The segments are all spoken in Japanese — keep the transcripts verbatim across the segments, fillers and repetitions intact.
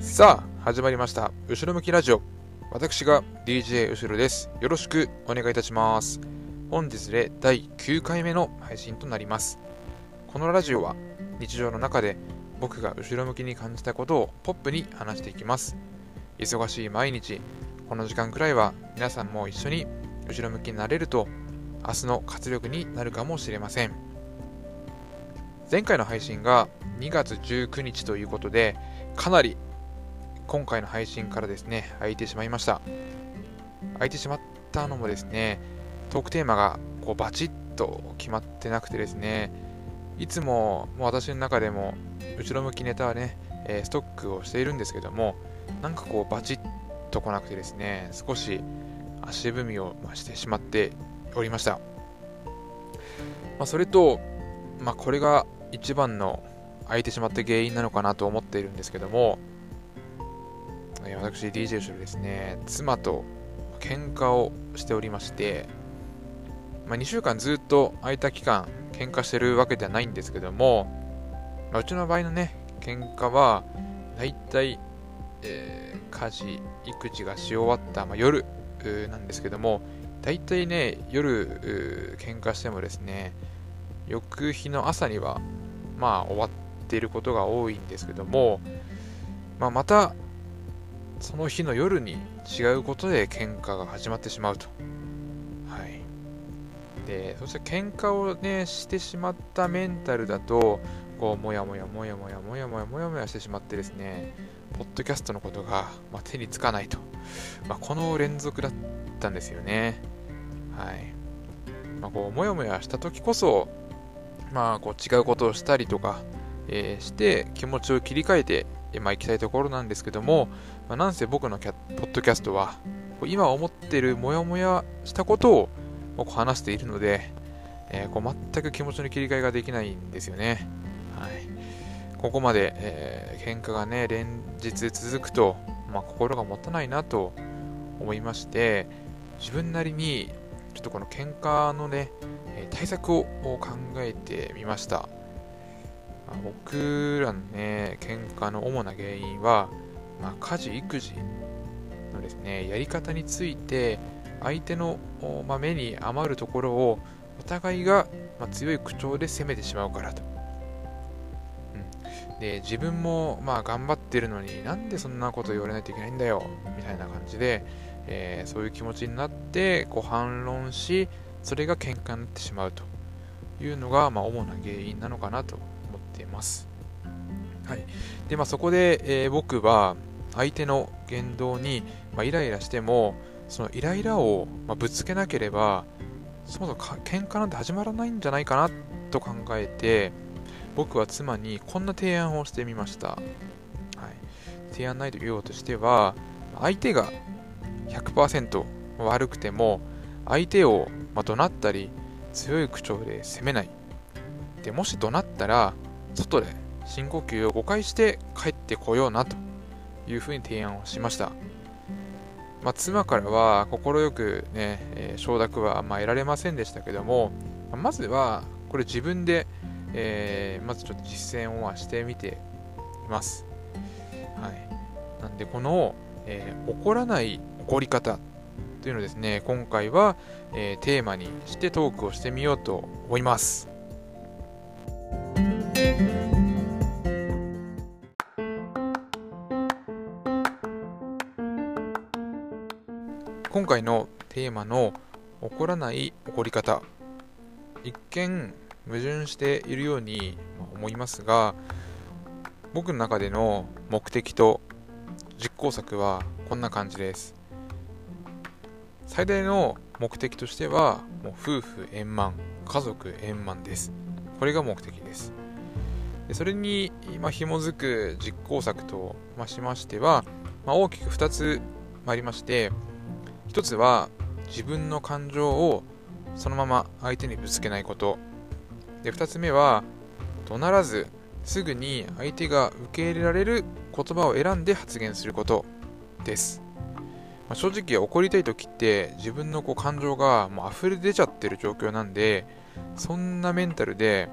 さあ始まりました後ろ向きラジオ。私が ディージェー 後ろです。よろしくお願いいたします。本日でだいきゅうかいめの配信となります。このラジオは日常の中で僕が後ろ向きに感じたことをポップに話していきます。忙しい毎日、この時間くらいは皆さんも一緒に後ろ向きになれると明日の活力になるかもしれません。前回の配信がにがつじゅうくにちということで、かなり今回の配信からですね空いてしまいました。空いてしまったのもですね、トークテーマがこうバチッと決まってなくてですね、いつももう私の中でも後ろ向きネタはね、えー、ストックをしているんですけども、なんかこうバチッと来なくてですね、少し足踏みをしてしまっておりました。まあ、それと、まあ、これが一番の空いてしまった原因なのかなと思っているんですけども、私 ディージェー 後ろですね、妻と喧嘩をしておりまして、まあ、にしゅうかんずっと空いた期間喧嘩してるわけではないんですけども、まあ、うちの場合のね喧嘩はだいたい、えー、家事育児がし終わった、まあ、夜なんですけども、だいたいね夜喧嘩してもですね、翌日の朝にはまあ終わっていることが多いんですけども、まあ、またその日の夜に違うことで喧嘩が始まってしまうと。はい。で、そして喧嘩をねしてしまったメンタルだと、こうもやもやもやもやもやもやもやもやしてしまってですね、ポッドキャストのことが、まあ、手につかないと、まあ、この連続だったんですよね。はい。まあ、こうもやもやした時こそ、まあこう違うことをしたりとか、えー、して気持ちを切り替えて。まあ、行きたいところなんですけども、まあ、なんせ僕のキャポッドキャストは今思っているモヤモヤしたことをこう話しているので、えー、こう全く気持ちの切り替えができないんですよね。はい、ここまで、えー、喧嘩がね連日続くと、まあ、心が持たないなと思いまして、自分なりにちょっとこの喧嘩のね対策を考えてみました。僕らのね喧嘩の主な原因は、まあ、家事育児のですねやり方について相手の、まあ、目に余るところをお互いが、まあ、強い口調で責めてしまうからと、うん、で自分も、まあ、頑張ってるのになんでそんなこと言われないといけないんだよみたいな感じで、えー、そういう気持ちになってこう反論し、それが喧嘩になってしまうというのが、まあ、主な原因なのかなとてます。はい。で、まあ、そこで、えー、僕は相手の言動に、まあ、イライラしても、そのイライラを、まあ、ぶつけなければ、そもそも喧嘩なんて始まらないんじゃないかなと考えて、僕は妻にこんな提案をしてみました。はい。提案内容としては、相手が ひゃくパーセント 悪くても、相手を、まあ、怒鳴ったり、強い口調で責めない。で、もし怒鳴ったら、外で深呼吸をごかいして帰ってこようなというふうに提案をしました。まあ、妻からは快くね、えー、承諾はまあ得られませんでしたけども、まずはこれ自分で、えー、まずちょっと実践をしてみています。はい。なんでこの、えー、怒らない怒り方というのをですね、今回は、えー、テーマにしてトークをしてみようと思います。今回のテーマの怒らない怒り方、一見矛盾しているように思いますが、僕の中での目的と実行策はこんな感じです。最大の目的としてはもう夫婦円満、家族円満です。これが目的です。でそれに今紐づく実行策としましては、まあ、大きくふたつありまして、ひとつは自分の感情をそのまま相手にぶつけないこと。で、ふたつめは怒鳴らずすぐに相手が受け入れられる言葉を選んで発言することです。まあ、正直怒りたい時って自分のこう感情がもう溢れ出ちゃってる状況なんで、そんなメンタルで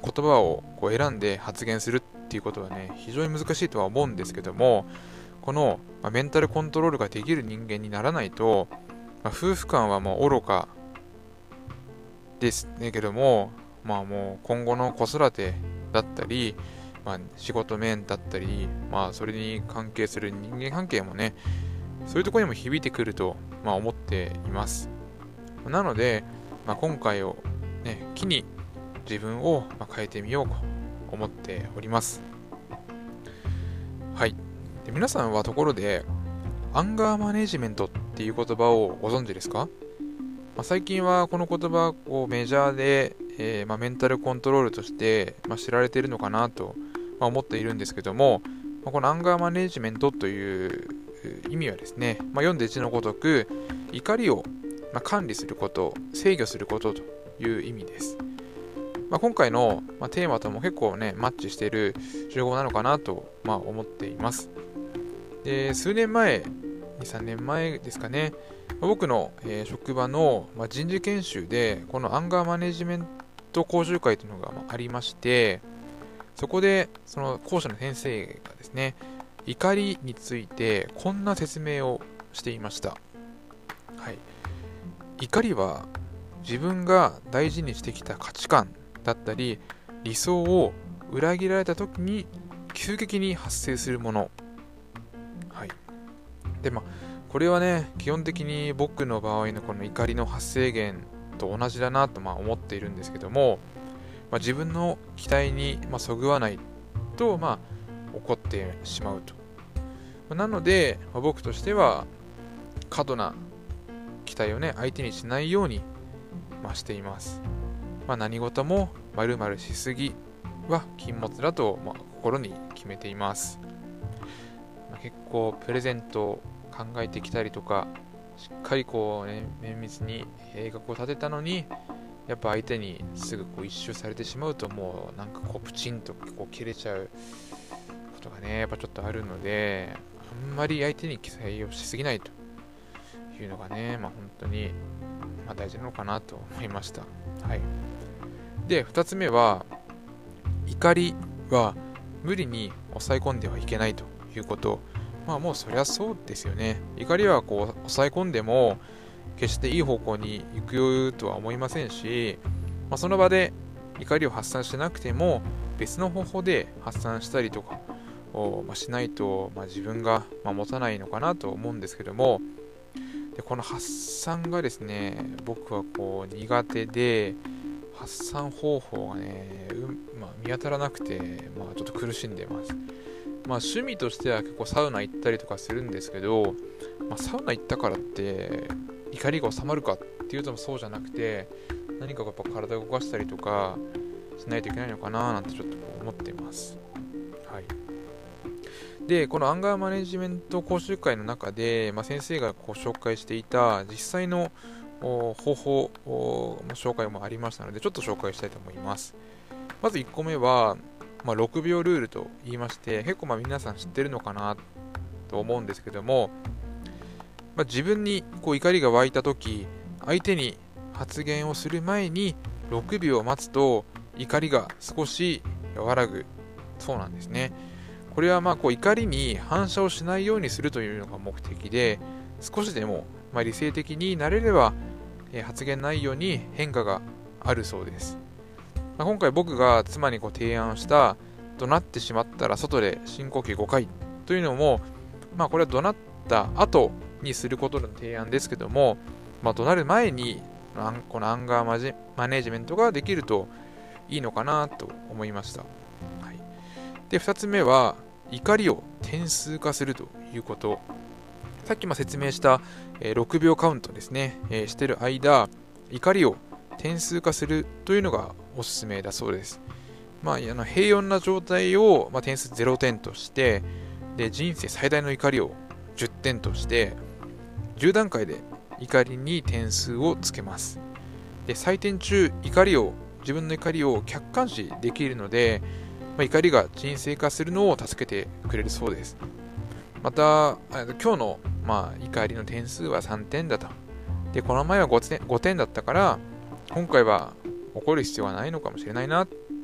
言葉をこう選んで発言するっていうことはね、非常に難しいとは思うんですけども、この、まあ、メンタルコントロールができる人間にならないと、まあ、夫婦間はもう愚かですねけども、まあもう今後の子育てだったり、まあ、仕事面だったり、まあそれに関係する人間関係もね、そういうところにも響いてくると、まあ、思っています。なので、まあ、今回を、ね、機に自分を変えてみようと思っております。はい。で、皆さんはところで、アンガーマネジメントっていう言葉をご存知ですか？まあ、最近はこの言葉をメジャーで、えーまあ、メンタルコントロールとして、まあ、知られているのかなと、まあ、思っているんですけども、まあ、このアンガーマネジメントという意味はですね、まあ、読んで字のごとく怒りをまあ管理すること、制御することという意味です。まあ、今回の、まあ、テーマとも結構ねマッチしている情報なのかなと、まあ、思っています。で、数年前、に、さんねんまえですかね、僕の、えー、職場の、まあ、人事研修でこのアンガーマネジメント講習会というのが、まあ、ありまして、そこでその講師の先生がですね、怒りについてこんな説明をしていました。はい、怒りは自分が大事にしてきた価値観だったり理想を裏切られた時に急激に発生するもの。はい。で、まあこれはね、基本的に僕の場合のこの怒りの発生源と同じだなとまあ思っているんですけども、まあ、自分の期待にまあそぐわないとまあ起こってしまうと。なので、まあ、僕としては過度な期待をね相手にしないように、まあ、しています。まあ、何事も丸々しすぎは禁物だと、まあ、心に決めています。まあ、結構プレゼントを考えてきたりとか、しっかりこうね綿密に計画を立てたのに、やっぱ相手にすぐこう一周されてしまうと、もうなんかこうプチンとこう切れちゃうことがねやっぱちょっとあるので、あんまり相手に期待をしすぎないというのがね、まあ本当に、まあ、大事なのかなと思いました。はい。で、ふたつめは、怒りは無理に抑え込んではいけないということ。まあもうそりゃそうですよね。怒りはこう抑え込んでも決していい方向に行くとは思いませんし、まあ、その場で怒りを発散しなくても別の方法で発散したりとかを、まあ、しないと、まあ、自分が、まあ、持たないのかなと思うんですけども、でこの発散がですね、僕はこう苦手で、発散方法がね、うんまあ、見当たらなくて、まあ、ちょっと苦しんでます。まあ、趣味としては結構サウナ行ったりとかするんですけど、まあ、サウナ行ったからって怒りが収まるかっていうとそうじゃなくて、何かやっぱ体を動かしたりとかしないといけないのかななんてちょっと思っています。はい。で、このアンガーマネジメント講習会の中で、まあ、先生がこう紹介していた実際の方法の紹介もありましたので、ちょっと紹介したいと思います。まずいっこめは、まあ、ろくびょうルールと言いまして、結構まあ皆さん知ってるのかなと思うんですけども、まあ、自分にこう怒りが湧いたとき、相手に発言をする前にろくびょう待つと怒りが少し和らぐそうなんですね。これはまあこう怒りに反射をしないようにするというのが目的で、少しでもまあ理性的になれれば、えー、発言内容に変化があるそうです。まあ、今回僕が妻にこう提案した怒鳴ってしまったら外で深呼吸ごかいというのも、まあこれは怒鳴った後にすることの提案ですけども、まあ、怒鳴る前にこのアンガーマネジメントができるといいのかなと思いました。はい、で、ふたつめは怒りを点数化するということ。さっきも説明した、えー、ろくびょうカウントですね、えー、してる間、怒りを点数化するというのがおすすめだそうです。まあ、あの平穏な状態を、まあ、点数ゼロてんとして、で人生最大の怒りをじゅってんとして、じゅうだんかいで怒りに点数をつけます。で、採点中、怒りを、自分の怒りを客観視できるので、まあ、怒りが沈静化するのを助けてくれるそうです。また、今日の、まあ、怒りの点数はさんてんだと。で、この前はごてん、ごてんだったから、今回は怒る必要はないのかもしれないな、と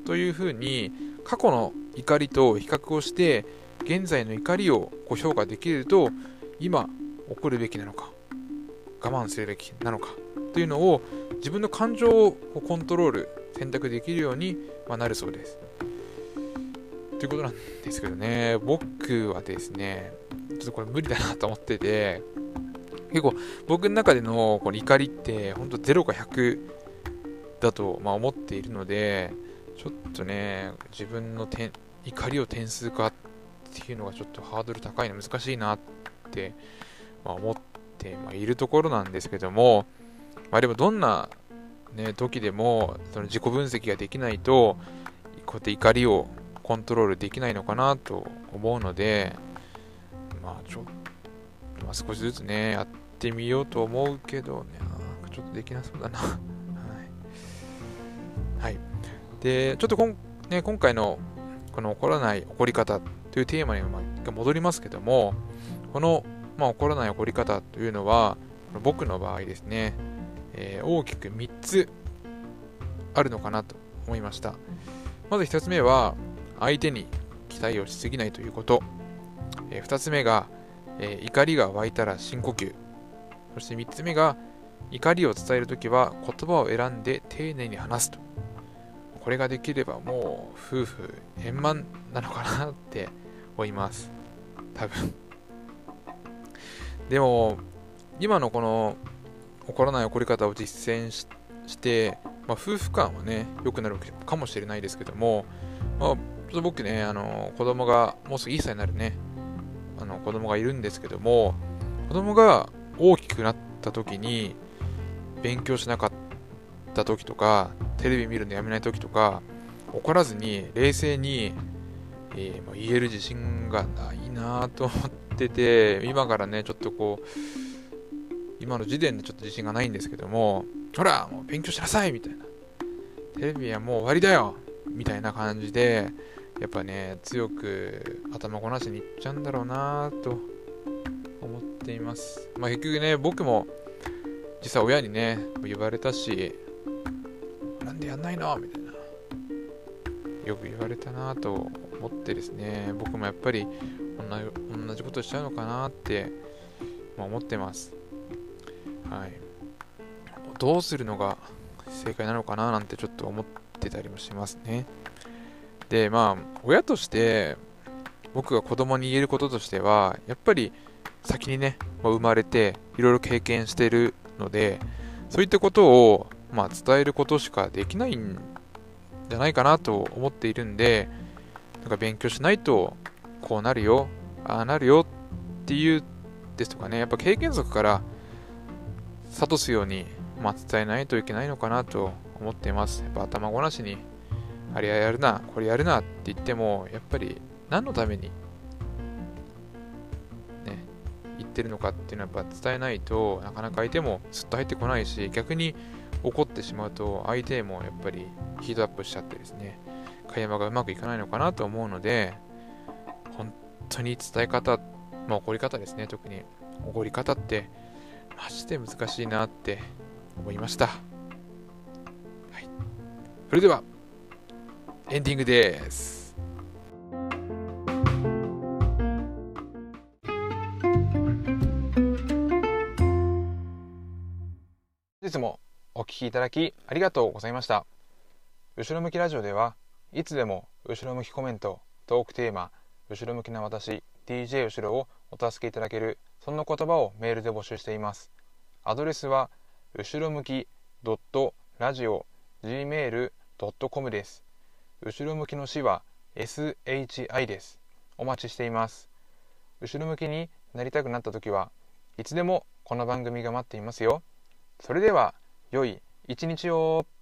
というふうに過去の怒りと比較をして現在の怒りをこう評価できると、今怒るべきなのか我慢するべきなのかというのを自分の感情をコントロール選択できるようになるそうです。ということなんですけどね、僕はですねちょっとこれ無理だなと思ってて、結構僕の中でのこの怒りって本当ゼロかひゃくだとまあ思っているので、ちょっとね自分の点怒りを点数化っていうのがちょっとハードル高いの難しいなってまあ思ってまあいるところなんですけども、まあでもどんなね時でもその自己分析ができないとこうやって怒りをコントロールできないのかなと思うので、まあちょっと、まあ、少しずつねやってみようと思うけどね、ちょっとできなそうだなはい、はい、でちょっとこん、ね、今回のこの起こらない怒り方というテーマに戻りますけども、この、まあ、起こらない怒り方というのは僕の場合ですね、えー、大きくみっつあるのかなと思いました。まずひとつめは相手に期待をしすぎないということ、えー、ふたつめが、えー、怒りが湧いたら深呼吸、そしてみっつめが怒りを伝えるときは言葉を選んで丁寧に話すと。これができればもう夫婦円満なのかなって思います、多分。でも今のこの起こらない怒り方を実践 し, して、まあ、夫婦間はね良くなるかもしれないですけども、まあ、ちょっと僕ねあの子供がもうすぐいっさいになるねあの子供がいるんですけども、子供が大きくなった時に勉強しなかった時とかテレビ見るのやめない時とか怒らずに冷静に、えー、言える自信がないなと思ってて、今からねちょっとこう今の時点でちょっと自信がないんですけども、ほらもう勉強しなさいみたいな、テレビはもう終わりだよみたいな感じでやっぱね強く頭ごなしにいっちゃうんだろうなと思っています。まあ結局ね僕も実際親にね言われたし、なんでやんないのみたいなよく言われたなと思ってですね、僕もやっぱり同じことしちゃうのかなって、まあ、思ってます。はい、どうするのが正解なのかななんてちょっと思ってたりもしますね。でまあ親として僕が子供に言えることとしては、やっぱり先にね、まあ、生まれていろいろ経験しているので、そういったことを、まあ、伝えることしかできないんじゃないかなと思っているんで、なんか勉強しないとこうなるよああなるよっていうですとかね、やっぱ経験則から諭すように、まあ、伝えないといけないのかなと思っています。やっぱ頭ごなしにあれやるなこれやるなって言っても、やっぱり何のためにね言ってるのかっていうのはやっぱ伝えないとなかなか相手もスッと入ってこないし、逆に怒ってしまうと相手もやっぱりヒートアップしちゃってですね、会話がうまくいかないのかなと思うので、本当に伝え方、まあ怒り方ですね、特に怒り方ってマジで難しいなって思いました。はい、それではエンディングです。本日もお聞きいただきありがとうございました。後ろ向きラジオではいつでも後ろ向きコメント、トークテーマ、後ろ向きな私 ディージェー 後ろをお助けいただける、そんな言葉をメールで募集しています。アドレスは後ろ向き ラジオ ジーメール ドットコム です。後ろ向きの詩は エスエイチアイ です。お待ちしています。後ろ向きになりたくなった時はいつでもこの番組が待っていますよ。それでは良い一日を。